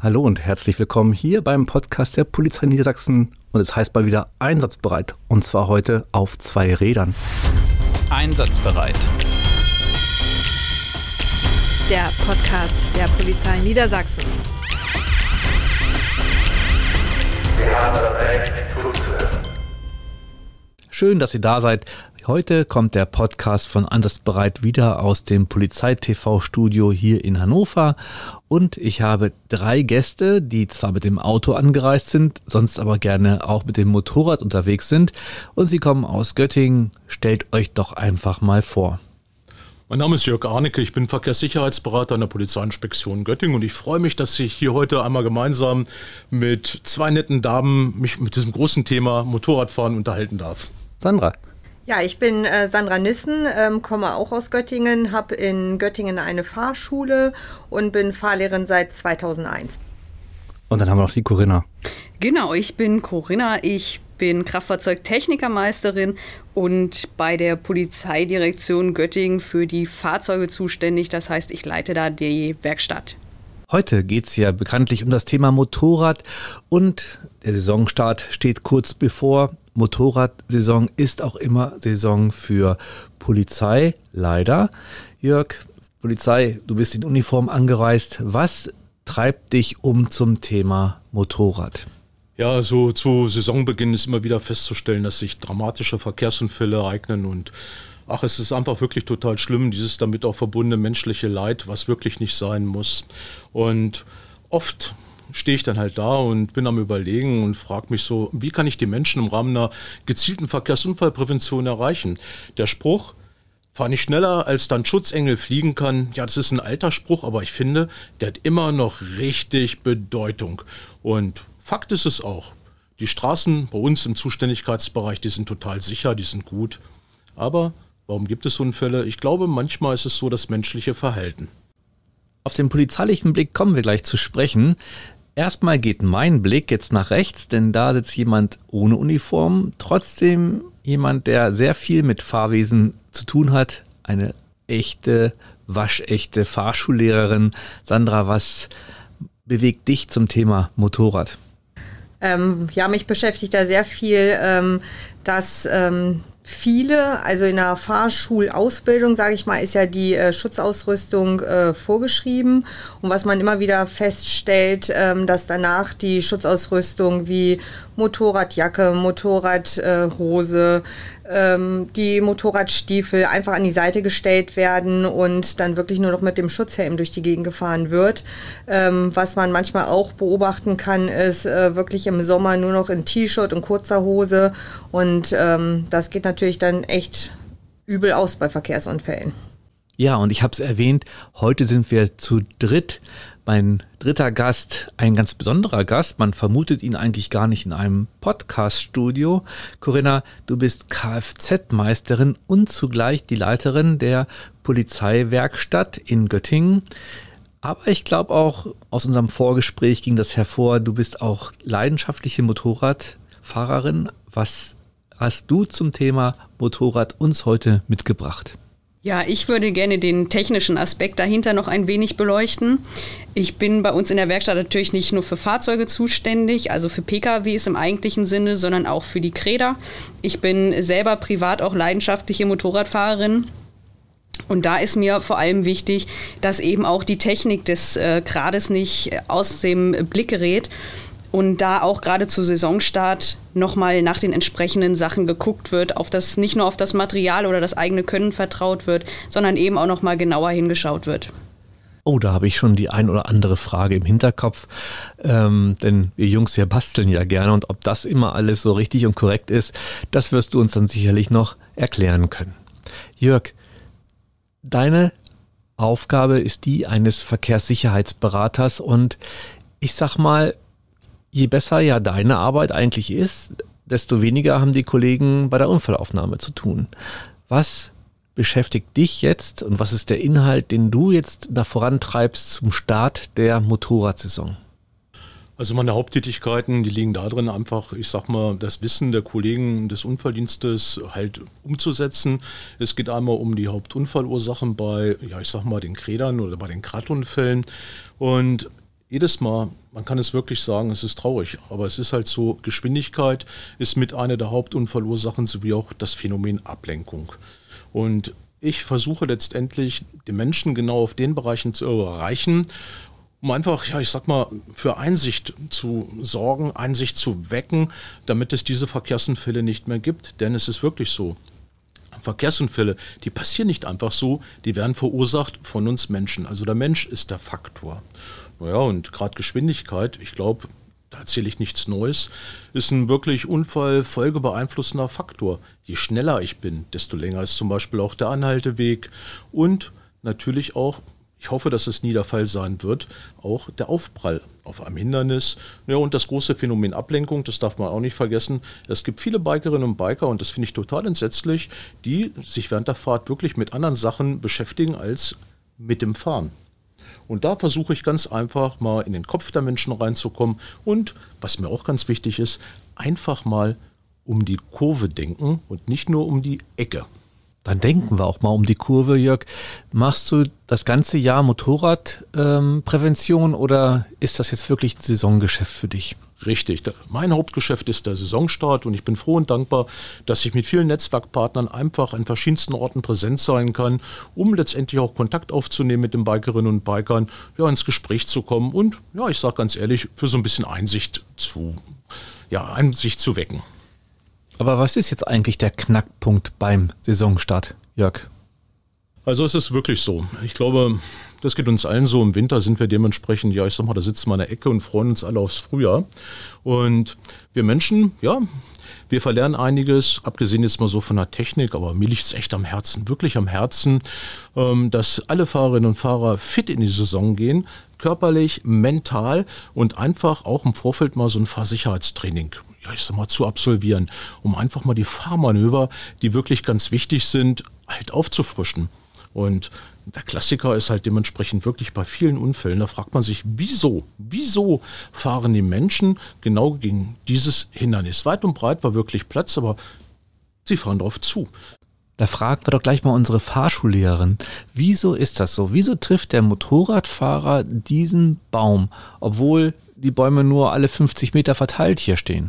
Hallo und herzlich willkommen hier beim Podcast der Polizei Niedersachsen und es heißt mal wieder einsatzbereit und zwar heute auf 2 Rädern. Einsatzbereit. Der Podcast der Polizei Niedersachsen. Wir haben das Recht zuzuhören. Schön, dass ihr da seid. Heute kommt der Podcast von Einsatzbereit wieder aus dem Polizei-TV-Studio hier in Hannover und ich habe 3 Gäste, die zwar mit dem Auto angereist sind, sonst aber gerne auch mit dem Motorrad unterwegs sind und sie kommen aus Göttingen. Stellt euch doch einfach mal vor. Mein Name ist Jörg Arnecke, ich bin Verkehrssicherheitsberater an der Polizeiinspektion Göttingen und ich freue mich, dass ich hier heute einmal gemeinsam mit 2 netten Damen mich mit diesem großen Thema Motorradfahren unterhalten darf. Sandra. Ja, ich bin Sandra Nissen, komme auch aus Göttingen, habe in Göttingen eine Fahrschule und bin Fahrlehrerin seit 2001. Und dann haben wir noch die Corinna. Genau, ich bin Corinna, ich bin Kraftfahrzeugtechnikermeisterin und bei der Polizeidirektion Göttingen für die Fahrzeuge zuständig. Das heißt, ich leite da die Werkstatt. Heute geht es ja bekanntlich um das Thema Motorrad und der Saisonstart steht kurz bevor. Motorradsaison ist auch immer Saison für Polizei, leider. Jörg, Polizei, du bist in Uniform angereist. Was treibt dich zum Thema Motorrad? Ja, so zu Saisonbeginn ist immer wieder festzustellen, dass sich dramatische Verkehrsunfälle ereignen und es ist einfach wirklich total schlimm, dieses damit auch verbundene menschliche Leid, was wirklich nicht sein muss. Und oft stehe ich dann halt da und bin am Überlegen und frage mich so, wie kann ich die Menschen im Rahmen einer gezielten Verkehrsunfallprävention erreichen? Der Spruch, fahr nicht schneller, als dein Schutzengel fliegen kann, ja, das ist ein alter Spruch, aber ich finde, der hat immer noch richtig Bedeutung. Und Fakt ist es auch, die Straßen bei uns im Zuständigkeitsbereich, die sind total sicher, die sind gut. Aber warum gibt es Unfälle? Ich glaube, manchmal ist es so das menschliche Verhalten. Auf den polizeilichen Blick kommen wir gleich zu sprechen. Erstmal geht mein Blick jetzt nach rechts, denn da sitzt jemand ohne Uniform, trotzdem jemand, der sehr viel mit Fahrwesen zu tun hat. Eine echte, waschechte Fahrschullehrerin. Sandra, was bewegt dich zum Thema Motorrad? Mich beschäftigt da sehr viel, dass viele, also in der Fahrschulausbildung, sage ich mal, ist ja die Schutzausrüstung vorgeschrieben. Und was man immer wieder feststellt, dass danach die Schutzausrüstung wie Motorradjacke, Motorradhose, die Motorradstiefel einfach an die Seite gestellt werden und dann wirklich nur noch mit dem Schutzhelm durch die Gegend gefahren wird. Was man manchmal auch beobachten kann, ist wirklich im Sommer nur noch in T-Shirt und kurzer Hose und das geht natürlich dann echt übel aus bei Verkehrsunfällen. Ja, und ich habe es erwähnt, heute sind wir zu dritt. Mein dritter Gast, ein ganz besonderer Gast. Man vermutet ihn eigentlich gar nicht in einem Podcast-Studio. Corinna, du bist Kfz-Meisterin und zugleich die Leiterin der Polizeiwerkstatt in Göttingen. Aber ich glaube auch, aus unserem Vorgespräch ging das hervor, du bist auch leidenschaftliche Motorradfahrerin. Was hast du zum Thema Motorrad uns heute mitgebracht? Ja, ich würde gerne den technischen Aspekt dahinter noch ein wenig beleuchten. Ich bin bei uns in der Werkstatt natürlich nicht nur für Fahrzeuge zuständig, also für PKWs im eigentlichen Sinne, sondern auch für die Kräder. Ich bin selber privat auch leidenschaftliche Motorradfahrerin. Und da ist mir vor allem wichtig, dass eben auch die Technik des Grades nicht aus dem Blick gerät. Und da auch gerade zu Saisonstart nochmal nach den entsprechenden Sachen geguckt wird, nicht nur auf das Material oder das eigene Können vertraut wird, sondern eben auch nochmal genauer hingeschaut wird. Oh, da habe ich schon die ein oder andere Frage im Hinterkopf, denn wir Jungs, wir basteln ja gerne und ob das immer alles so richtig und korrekt ist, das wirst du uns dann sicherlich noch erklären können. Jörg, deine Aufgabe ist die eines Verkehrssicherheitsberaters und ich sag mal, je besser ja deine Arbeit eigentlich ist, desto weniger haben die Kollegen bei der Unfallaufnahme zu tun. Was beschäftigt dich jetzt und was ist der Inhalt, den du jetzt da vorantreibst zum Start der Motorradsaison? Also meine Haupttätigkeiten, die liegen darin, einfach, ich sag mal, das Wissen der Kollegen des Unfalldienstes halt umzusetzen. Es geht einmal um die Hauptunfallursachen bei, ja, ich sag mal, den Krädern oder bei den Krattunfällen. Und jedes Mal, man kann es wirklich sagen, es ist traurig, aber es ist halt so, Geschwindigkeit ist mit einer der Hauptunfallursachen sowie auch das Phänomen Ablenkung. Und ich versuche letztendlich, die Menschen genau auf den Bereichen zu erreichen, um einfach, ja, ich sag mal, für Einsicht zu sorgen, Einsicht zu wecken, damit es diese Verkehrsunfälle nicht mehr gibt. Denn es ist wirklich so, Verkehrsunfälle, die passieren nicht einfach so, die werden verursacht von uns Menschen. Also der Mensch ist der Faktor. Naja, und gerade Geschwindigkeit, ich glaube, da erzähle ich nichts Neues, ist ein wirklich unfallfolgebeeinflussender Faktor. Je schneller ich bin, desto länger ist zum Beispiel auch der Anhalteweg und natürlich auch, ich hoffe, dass es nie der Fall sein wird, auch der Aufprall auf einem Hindernis. Ja, und das große Phänomen Ablenkung, das darf man auch nicht vergessen. Es gibt viele Bikerinnen und Biker, und das finde ich total entsetzlich, die sich während der Fahrt wirklich mit anderen Sachen beschäftigen als mit dem Fahren. Und da versuche ich ganz einfach mal in den Kopf der Menschen reinzukommen und, was mir auch ganz wichtig ist, einfach mal um die Kurve denken und nicht nur um die Ecke. Dann denken wir auch mal um die Kurve, Jörg. Machst du das ganze Jahr Motorradprävention oder ist das jetzt wirklich ein Saisongeschäft für dich? Richtig. Mein Hauptgeschäft ist der Saisonstart und ich bin froh und dankbar, dass ich mit vielen Netzwerkpartnern einfach an verschiedensten Orten präsent sein kann, um letztendlich auch Kontakt aufzunehmen mit den Bikerinnen und Bikern, ja, ins Gespräch zu kommen und, ja, ich sage ganz ehrlich, für so ein bisschen Einsicht zu wecken. Aber was ist jetzt eigentlich der Knackpunkt beim Saisonstart, Jörg? Also es ist wirklich so. Ich glaube, das geht uns allen so. Im Winter sind wir dementsprechend, ja, ich sag mal, da sitzen wir in der Ecke und freuen uns alle aufs Frühjahr. Und wir Menschen, ja, wir verlernen einiges, abgesehen jetzt mal so von der Technik, aber mir liegt es echt am Herzen, wirklich am Herzen, dass alle Fahrerinnen und Fahrer fit in die Saison gehen, körperlich, mental und einfach auch im Vorfeld mal so ein Fahrsicherheitstraining, ja, ich sag mal, zu absolvieren, um einfach mal die Fahrmanöver, die wirklich ganz wichtig sind, halt aufzufrischen. Und der Klassiker ist halt dementsprechend wirklich bei vielen Unfällen, da fragt man sich, wieso fahren die Menschen genau gegen dieses Hindernis? Weit und breit war wirklich Platz, aber sie fahren drauf zu. Da fragen wir doch gleich mal unsere Fahrschullehrerin. Wieso ist das so? Wieso trifft der Motorradfahrer diesen Baum, obwohl die Bäume nur alle 50 Meter verteilt hier stehen?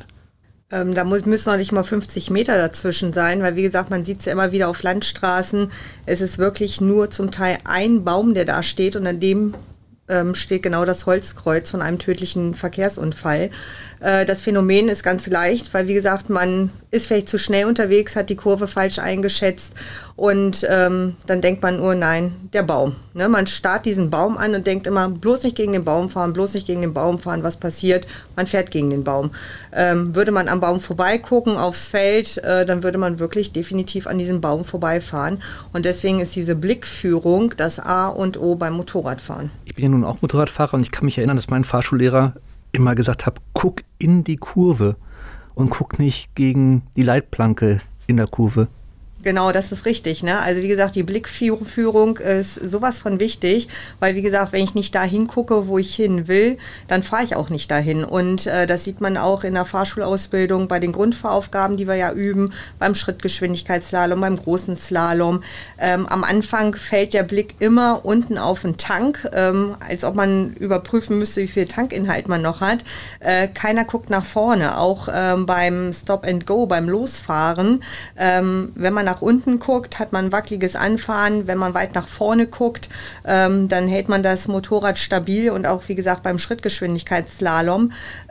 Da müssen noch nicht mal 50 Meter dazwischen sein, weil wie gesagt, man sieht es ja immer wieder auf Landstraßen. Es ist wirklich nur zum Teil ein Baum, der da steht und an dem steht genau das Holzkreuz von einem tödlichen Verkehrsunfall. Das Phänomen ist ganz leicht, weil wie gesagt, man ist vielleicht zu schnell unterwegs, hat die Kurve falsch eingeschätzt und dann denkt man nur, nein, der Baum. Ne? Man starrt diesen Baum an und denkt immer, bloß nicht gegen den Baum fahren, bloß nicht gegen den Baum fahren. Was passiert? Man fährt gegen den Baum. Würde man am Baum vorbeigucken, aufs Feld, dann würde man wirklich definitiv an diesem Baum vorbeifahren. Und deswegen ist diese Blickführung das A und O beim Motorradfahren. Ich bin ja nun auch Motorradfahrer und ich kann mich erinnern, dass mein Fahrschullehrer immer gesagt hat, guck in die Kurve und guck nicht gegen die Leitplanke in der Kurve. Genau, das ist richtig. Ne? Also wie gesagt, die Blickführung ist sowas von wichtig, weil wie gesagt, wenn ich nicht dahin gucke, wo ich hin will, dann fahre ich auch nicht dahin. Und das sieht man auch in der Fahrschulausbildung bei den Grundfahraufgaben, die wir ja üben, beim Schrittgeschwindigkeitsslalom, beim großen Slalom. Am Anfang fällt der Blick immer unten auf den Tank, als ob man überprüfen müsste, wie viel Tankinhalt man noch hat. Keiner guckt nach vorne, auch beim Stop and Go, beim Losfahren. Wenn man nach unten guckt, hat man ein wackeliges Anfahren. Wenn man weit nach vorne guckt, dann hält man das Motorrad stabil und auch, wie gesagt, beim Schrittgeschwindigkeitsslalom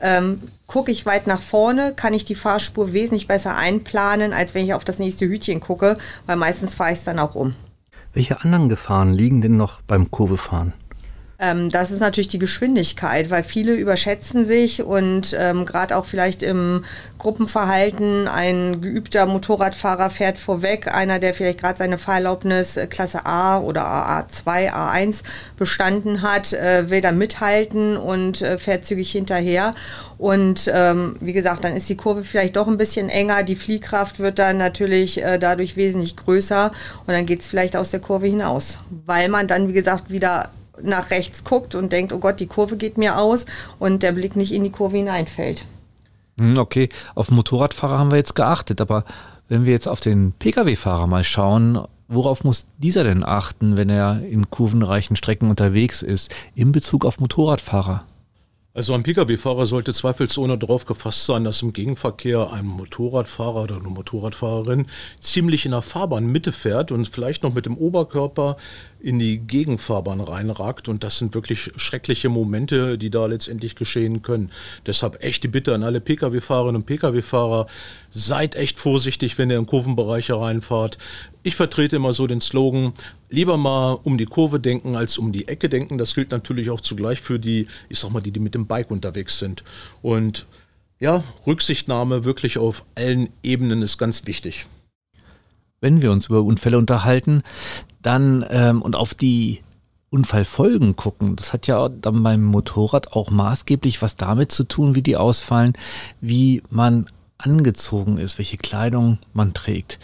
gucke ich weit nach vorne, kann ich die Fahrspur wesentlich besser einplanen, als wenn ich auf das nächste Hütchen gucke, weil meistens fahre ich es dann auch um. Welche anderen Gefahren liegen denn noch beim Kurvefahren? Das ist natürlich die Geschwindigkeit, weil viele überschätzen sich und gerade auch vielleicht im Gruppenverhalten, ein geübter Motorradfahrer fährt vorweg, einer, der vielleicht gerade seine Fahrerlaubnis Klasse A oder A2, A1 bestanden hat, will dann mithalten und fährt zügig hinterher. Und wie gesagt, dann ist die Kurve vielleicht doch ein bisschen enger, die Fliehkraft wird dann natürlich dadurch wesentlich größer und dann geht es vielleicht aus der Kurve hinaus, weil man dann, wie gesagt, wieder nach rechts guckt und denkt, oh Gott, die Kurve geht mir aus und der Blick nicht in die Kurve hineinfällt. Okay, auf Motorradfahrer haben wir jetzt geachtet, aber wenn wir jetzt auf den Pkw-Fahrer mal schauen, worauf muss dieser denn achten, wenn er in kurvenreichen Strecken unterwegs ist, in Bezug auf Motorradfahrer? Also ein Pkw-Fahrer sollte zweifelsohne darauf gefasst sein, dass im Gegenverkehr ein Motorradfahrer oder eine Motorradfahrerin ziemlich in der Fahrbahnmitte fährt und vielleicht noch mit dem Oberkörper in die Gegenfahrbahn reinragt. Und das sind wirklich schreckliche Momente, die da letztendlich geschehen können. Deshalb echt die Bitte an alle Pkw-Fahrerinnen und Pkw-Fahrer, seid echt vorsichtig, wenn ihr in Kurvenbereiche reinfahrt. Ich vertrete immer so den Slogan, lieber mal um die Kurve denken, als um die Ecke denken. Das gilt natürlich auch zugleich für die, die mit dem Bike unterwegs sind. Und ja, Rücksichtnahme wirklich auf allen Ebenen ist ganz wichtig. Wenn wir uns über Unfälle unterhalten, dann und auf die Unfallfolgen gucken, das hat ja dann beim Motorrad auch maßgeblich was damit zu tun, wie die ausfallen, wie man angezogen ist, welche Kleidung man trägt.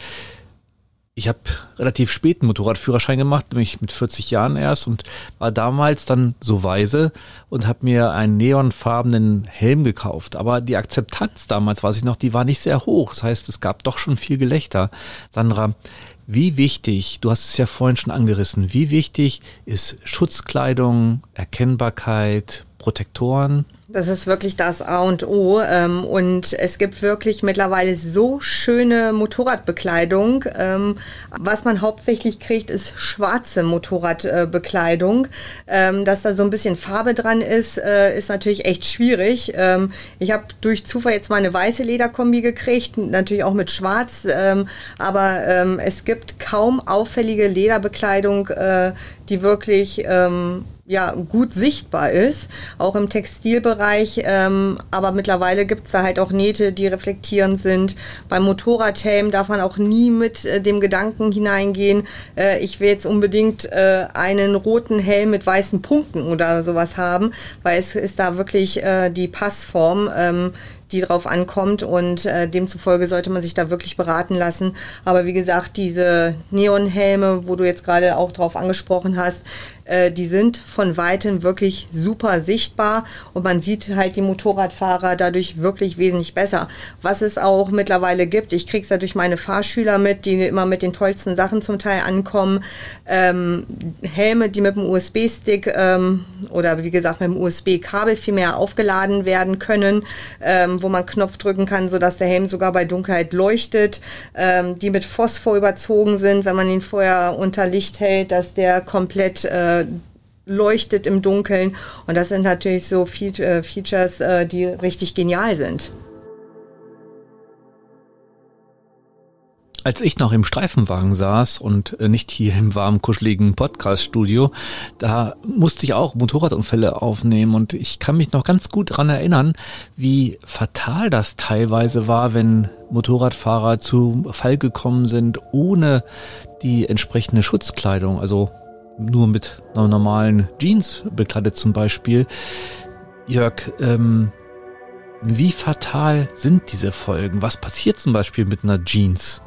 Ich habe relativ spät einen Motorradführerschein gemacht, nämlich mit 40 Jahren erst, und war damals dann so weise und habe mir einen neonfarbenen Helm gekauft. Aber die Akzeptanz damals, weiß ich noch, die war nicht sehr hoch. Das heißt, es gab doch schon viel Gelächter. Sandra, wie wichtig, du hast es ja vorhin schon angerissen, wie wichtig ist Schutzkleidung, Erkennbarkeit, Protektoren? Das ist wirklich das A und O. Und es gibt wirklich mittlerweile so schöne Motorradbekleidung. Was man hauptsächlich kriegt, ist schwarze Motorradbekleidung. Dass da so ein bisschen Farbe dran ist, ist natürlich echt schwierig. Ich habe durch Zufall jetzt mal eine weiße Lederkombi gekriegt, natürlich auch mit schwarz. Aber es gibt kaum auffällige Lederbekleidung, die wirklich gut sichtbar ist, auch im Textilbereich, aber mittlerweile gibt es da halt auch Nähte, die reflektierend sind. Beim Motorradhelm darf man auch nie mit dem Gedanken hineingehen, ich will jetzt unbedingt einen roten Helm mit weißen Punkten oder sowas haben, weil es ist da wirklich die Passform, die drauf ankommt, und demzufolge sollte man sich da wirklich beraten lassen. Aber wie gesagt, diese Neonhelme, wo du jetzt gerade auch drauf angesprochen hast, die sind von Weitem wirklich super sichtbar und man sieht halt die Motorradfahrer dadurch wirklich wesentlich besser. Was es auch mittlerweile gibt, ich kriege es ja durch meine Fahrschüler mit, die immer mit den tollsten Sachen zum Teil ankommen, Helme, die mit dem USB-Stick oder wie gesagt mit dem USB-Kabel viel mehr aufgeladen werden können, wo man Knopf drücken kann, sodass der Helm sogar bei Dunkelheit leuchtet, die mit Phosphor überzogen sind, wenn man ihn vorher unter Licht hält, dass der komplett leuchtet im Dunkeln, und das sind natürlich so Features, die richtig genial sind. Als ich noch im Streifenwagen saß und nicht hier im warmen, kuscheligen Podcast-Studio, da musste ich auch Motorradunfälle aufnehmen, und ich kann mich noch ganz gut daran erinnern, wie fatal das teilweise war, wenn Motorradfahrer zu Fall gekommen sind, ohne die entsprechende Schutzkleidung, also nur mit einer normalen Jeans bekleidet zum Beispiel. Jörg, wie fatal sind diese Folgen? Was passiert zum Beispiel mit einer Jeans?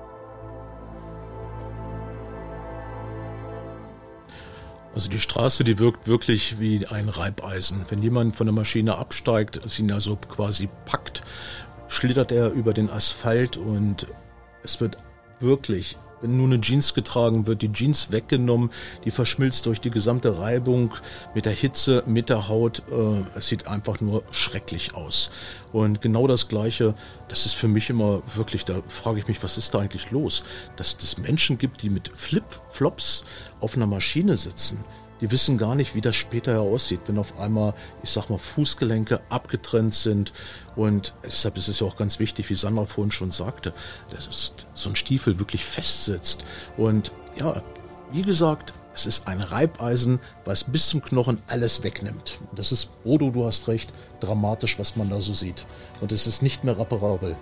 Also die Straße, die wirkt wirklich wie ein Reibeisen. Wenn jemand von der Maschine absteigt, es ihn also quasi packt, schlittert er über den Asphalt, und es wird wirklich, wenn nur eine Jeans getragen wird, die Jeans weggenommen, die verschmilzt durch die gesamte Reibung mit der Hitze, mit der Haut. Es sieht einfach nur schrecklich aus. Und genau das Gleiche, das ist für mich immer wirklich, da frage ich mich, was ist da eigentlich los? Dass es Menschen gibt, die mit Flip-Flops auf einer Maschine sitzen. Die wissen gar nicht, wie das später aussieht, wenn auf einmal, Fußgelenke abgetrennt sind. Und deshalb ist es ja auch ganz wichtig, wie Sandra vorhin schon sagte, dass so ein Stiefel wirklich festsitzt. Und ja, wie gesagt, es ist ein Reibeisen, was bis zum Knochen alles wegnimmt. Und das ist, Bodo, du hast recht, dramatisch, was man da so sieht. Und es ist nicht mehr reparabel.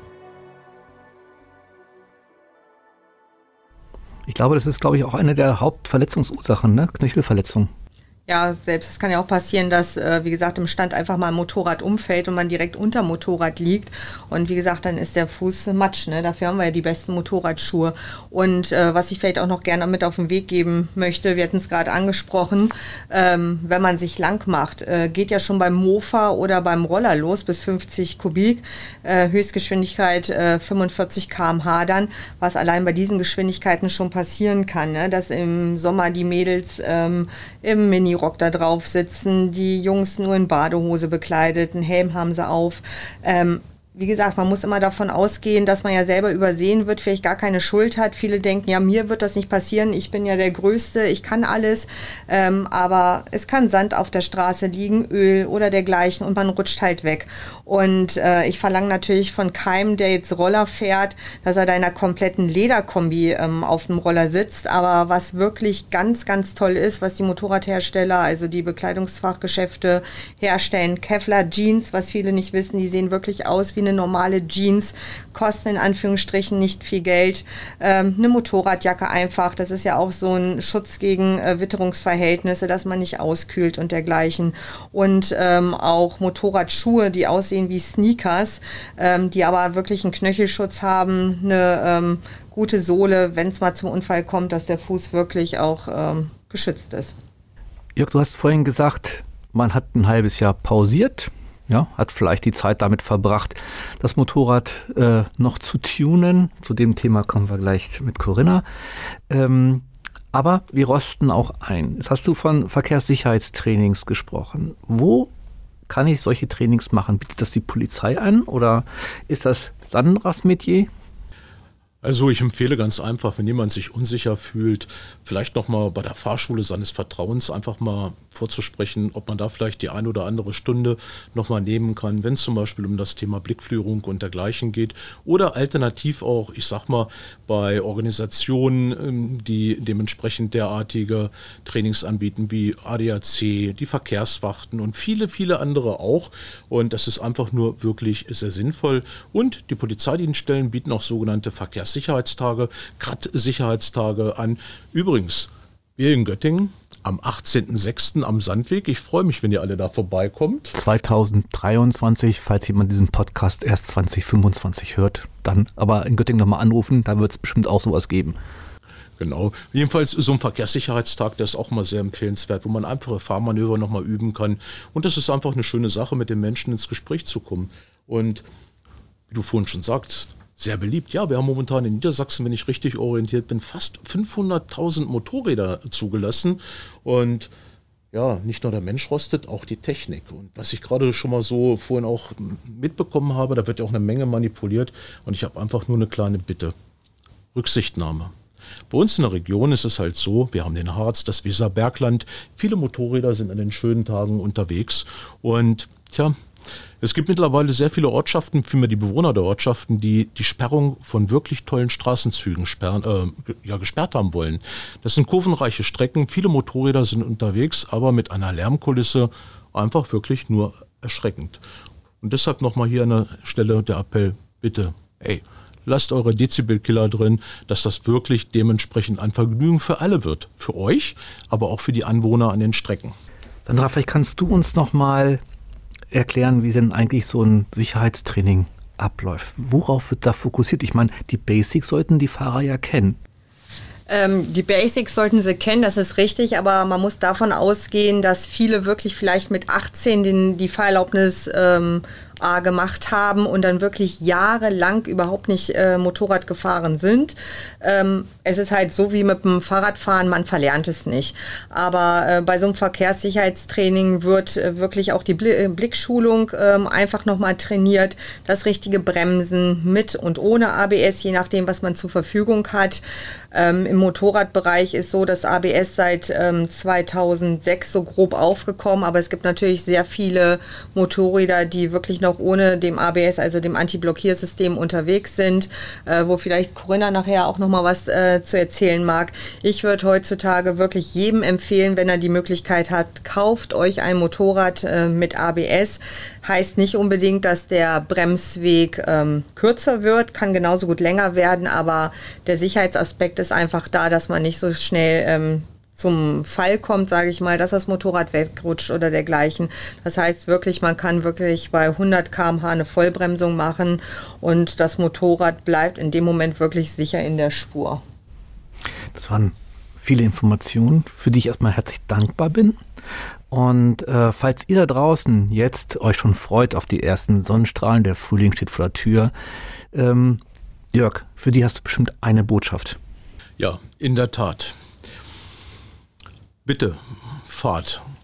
Ich glaube, das ist, auch eine der Hauptverletzungsursachen, ne? Knöchelverletzung. Ja, selbst es kann ja auch passieren, dass, wie gesagt, im Stand einfach mal ein Motorrad umfällt und man direkt unter Motorrad liegt. Und wie gesagt, dann ist der Fuß Matsch. Ne? Dafür haben wir ja die besten Motorradschuhe. Und was ich vielleicht auch noch gerne mit auf den Weg geben möchte, wir hatten es gerade angesprochen, wenn man sich lang macht, geht ja schon beim Mofa oder beim Roller los bis 50 Kubik, Höchstgeschwindigkeit 45 km/h dann, was allein bei diesen Geschwindigkeiten schon passieren kann, ne? Dass im Sommer die Mädels im Mini Kombirock da drauf sitzen, die Jungs nur in Badehose bekleidet, einen Helm haben sie auf. Wie gesagt, man muss immer davon ausgehen, dass man ja selber übersehen wird, vielleicht gar keine Schuld hat. Viele denken, ja, mir wird das nicht passieren, ich bin ja der Größte, ich kann alles. Aber es kann Sand auf der Straße liegen, Öl oder dergleichen und man rutscht halt weg. Und ich verlange natürlich von keinem, der jetzt Roller fährt, dass er da in einer kompletten Lederkombi auf dem Roller sitzt. Aber was wirklich ganz, ganz toll ist, was die Motorradhersteller, also die Bekleidungsfachgeschäfte herstellen, Kevlar Jeans, was viele nicht wissen, die sehen wirklich aus wie eine normale Jeans, kosten in Anführungsstrichen nicht viel Geld. Eine Motorradjacke einfach, das ist ja auch so ein Schutz gegen Witterungsverhältnisse, dass man nicht auskühlt und dergleichen. Und auch Motorradschuhe, die aussehen wie Sneakers, die aber wirklich einen Knöchelschutz haben, eine gute Sohle, wenn es mal zum Unfall kommt, dass der Fuß wirklich auch geschützt ist. Jörg, du hast vorhin gesagt, man hat ein halbes Jahr pausiert. Ja, hat vielleicht die Zeit damit verbracht, das Motorrad noch zu tunen. Zu dem Thema kommen wir gleich mit Corinna. Aber wir rosten auch ein. Jetzt hast du von Verkehrssicherheitstrainings gesprochen. Wo kann ich solche Trainings machen? Bietet das die Polizei an oder ist das Sandras Metier? Also ich empfehle ganz einfach, wenn jemand sich unsicher fühlt, vielleicht nochmal bei der Fahrschule seines Vertrauens einfach mal vorzusprechen, ob man da vielleicht die eine oder andere Stunde nochmal nehmen kann, wenn es zum Beispiel um das Thema Blickführung und dergleichen geht. Oder alternativ auch, ich sag mal, bei Organisationen, die dementsprechend derartige Trainings anbieten, wie ADAC, die Verkehrswachten und viele, viele andere auch. Und das ist einfach nur wirklich sehr sinnvoll. Und die Polizeidienststellen bieten auch sogenannte Verkehrssicherheitstage, Sicherheitstage an. Übrigens, wir in Göttingen am 18.06. am Sandweg. Ich freue mich, wenn ihr alle da vorbeikommt. 2023, falls jemand diesen Podcast erst 2025 hört, dann aber in Göttingen nochmal anrufen, da wird es bestimmt auch sowas geben. Genau. Jedenfalls so ein Verkehrssicherheitstag, der ist auch mal sehr empfehlenswert, wo man einfache Fahrmanöver nochmal üben kann. Und das ist einfach eine schöne Sache, mit den Menschen ins Gespräch zu kommen. Und wie du vorhin schon sagst, sehr beliebt. Ja, wir haben momentan in Niedersachsen, wenn ich richtig orientiert bin, fast 500.000 Motorräder zugelassen. Und ja, nicht nur der Mensch rostet, auch die Technik. Und was ich gerade schon mal so vorhin auch mitbekommen habe, da wird ja auch eine Menge manipuliert. Und ich habe einfach nur eine kleine Bitte. Rücksichtnahme. Bei uns in der Region ist es halt so, wir haben den Harz, das Weserbergland. Viele Motorräder sind an den schönen Tagen unterwegs. Und tja, es gibt mittlerweile sehr viele Ortschaften, vielmehr die Bewohner der Ortschaften, die die Sperrung von wirklich tollen Straßenzügen gesperrt haben wollen. Das sind kurvenreiche Strecken, viele Motorräder sind unterwegs, aber mit einer Lärmkulisse einfach wirklich nur erschreckend. Und deshalb nochmal hier an der Stelle der Appell, bitte, lasst eure Dezibelkiller drin, dass das wirklich dementsprechend ein Vergnügen für alle wird. Für euch, aber auch für die Anwohner an den Strecken. Sandra, vielleicht kannst du uns nochmal erklären, wie denn eigentlich so ein Sicherheitstraining abläuft. Worauf wird da fokussiert? Ich meine, die Basics sollten die Fahrer ja kennen. Die Basics sollten sie kennen, das ist richtig, aber man muss davon ausgehen, dass viele wirklich vielleicht mit 18 die Fahrerlaubnis gemacht haben und dann wirklich jahrelang überhaupt nicht Motorrad gefahren sind. Es ist halt so wie mit dem Fahrradfahren, man verlernt es nicht. Aber bei so einem Verkehrssicherheitstraining wird wirklich auch die Blickschulung einfach nochmal trainiert, das richtige Bremsen mit und ohne ABS, je nachdem, was man zur Verfügung hat. Im Motorradbereich ist so, dass ABS seit 2006 so grob aufgekommen, aber es gibt natürlich sehr viele Motorräder, die wirklich noch ohne dem ABS, also dem Anti-Blockiersystem unterwegs sind, wo vielleicht Corinna nachher auch nochmal was zu erzählen mag. Ich würde heutzutage wirklich jedem empfehlen, wenn er die Möglichkeit hat, kauft euch ein Motorrad mit ABS. Heißt nicht unbedingt, dass der Bremsweg kürzer wird, kann genauso gut länger werden, aber der Sicherheitsaspekt ist einfach da, dass man nicht so schnell zum Fall kommt, sage ich mal, dass das Motorrad wegrutscht oder dergleichen. Das heißt wirklich, man kann wirklich bei 100 km/h eine Vollbremsung machen und das Motorrad bleibt in dem Moment wirklich sicher in der Spur. Das waren viele Informationen, für die ich erstmal herzlich dankbar bin. Und falls ihr da draußen jetzt euch schon freut auf die ersten Sonnenstrahlen, der Frühling steht vor der Tür, Jörg, für die hast du bestimmt eine Botschaft. Ja, in der Tat. Bitte fahrt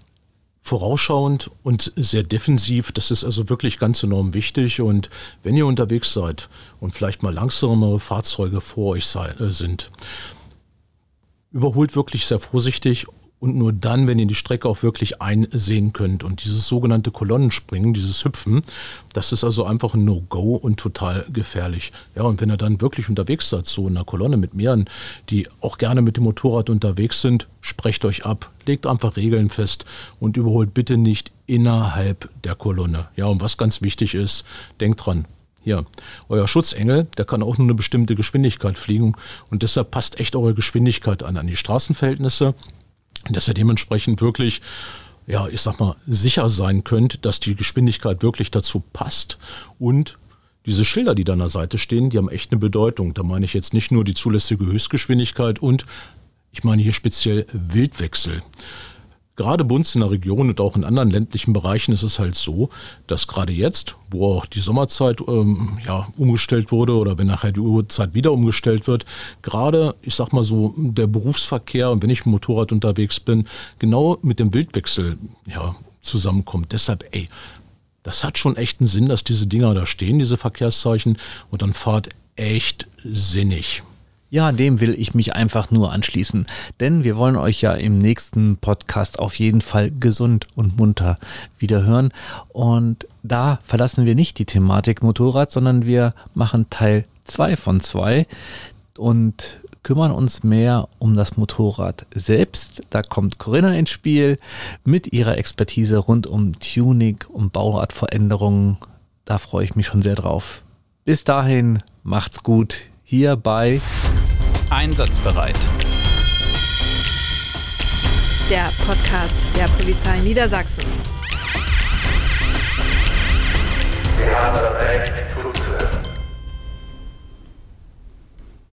vorausschauend und sehr defensiv. Das ist also wirklich ganz enorm wichtig. Und wenn ihr unterwegs seid und vielleicht mal langsamere Fahrzeuge vor euch sind, überholt wirklich sehr vorsichtig und nur dann, wenn ihr die Strecke auch wirklich einsehen könnt. Und dieses sogenannte Kolonnenspringen, dieses Hüpfen, das ist also einfach ein No-Go und total gefährlich. Ja, und wenn ihr dann wirklich unterwegs seid, so in einer Kolonne mit mehreren, die auch gerne mit dem Motorrad unterwegs sind, sprecht euch ab, legt einfach Regeln fest und überholt bitte nicht innerhalb der Kolonne. Ja, und was ganz wichtig ist, denkt dran, hier, euer Schutzengel, der kann auch nur eine bestimmte Geschwindigkeit fliegen und deshalb passt echt eure Geschwindigkeit an die Straßenverhältnisse, dass ihr dementsprechend wirklich, ja, ich sag mal, sicher sein könnt, dass die Geschwindigkeit wirklich dazu passt. Und diese Schilder, die da an der Seite stehen, die haben echt eine Bedeutung. Da meine ich jetzt nicht nur die zulässige Höchstgeschwindigkeit und ich meine hier speziell Wildwechsel. Gerade bei uns in der Region und auch in anderen ländlichen Bereichen ist es halt so, dass gerade jetzt, wo auch die Sommerzeit umgestellt wurde oder wenn nachher die Uhrzeit wieder umgestellt wird, gerade, ich sag mal so, der Berufsverkehr und wenn ich mit dem Motorrad unterwegs bin, genau mit dem Wildwechsel zusammenkommt. Deshalb, das hat schon echt einen Sinn, dass diese Dinger da stehen, diese Verkehrszeichen, und dann fahrt echt sinnig. Ja, dem will ich mich einfach nur anschließen, denn wir wollen euch ja im nächsten Podcast auf jeden Fall gesund und munter wieder hören und da verlassen wir nicht die Thematik Motorrad, sondern wir machen Teil 2 von 2 und kümmern uns mehr um das Motorrad selbst. Da kommt Corinna ins Spiel mit ihrer Expertise rund um Tuning, um Bauradveränderungen. Da freue ich mich schon sehr drauf. Bis dahin, macht's gut. Hier bei Einsatzbereit. Der Podcast der Polizei Niedersachsen.